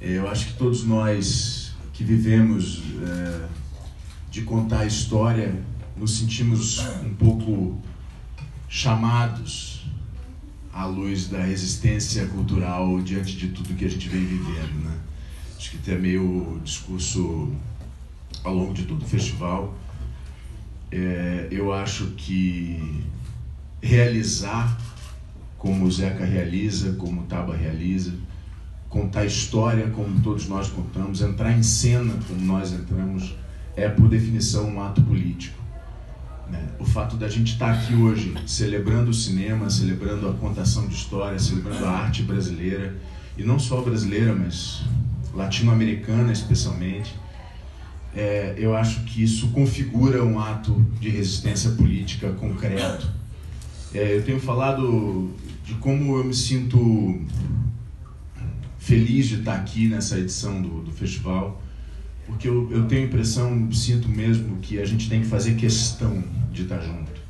Eu acho que todos nós que vivemos de contar a história nos sentimos um pouco chamados à luz da resistência cultural diante de tudo que a gente vem vivendo, né? Acho que tem meio o discurso ao longo de todo o festival. Eu acho que realizar como o Zeca realiza, como o Taba realiza, contar história como todos nós contamos, entrar em cena como nós entramos, é por definição um ato político, né? O fato da gente estar aqui hoje celebrando o cinema, celebrando a contação de história, celebrando a arte brasileira, e não só brasileira, mas latino-americana especialmente, eu acho que isso configura um ato de resistência política concreto. Eu tenho falado de como eu me sinto feliz de estar aqui nessa edição do festival, porque eu tenho a impressão, sinto mesmo, que a gente tem que fazer questão de estar junto.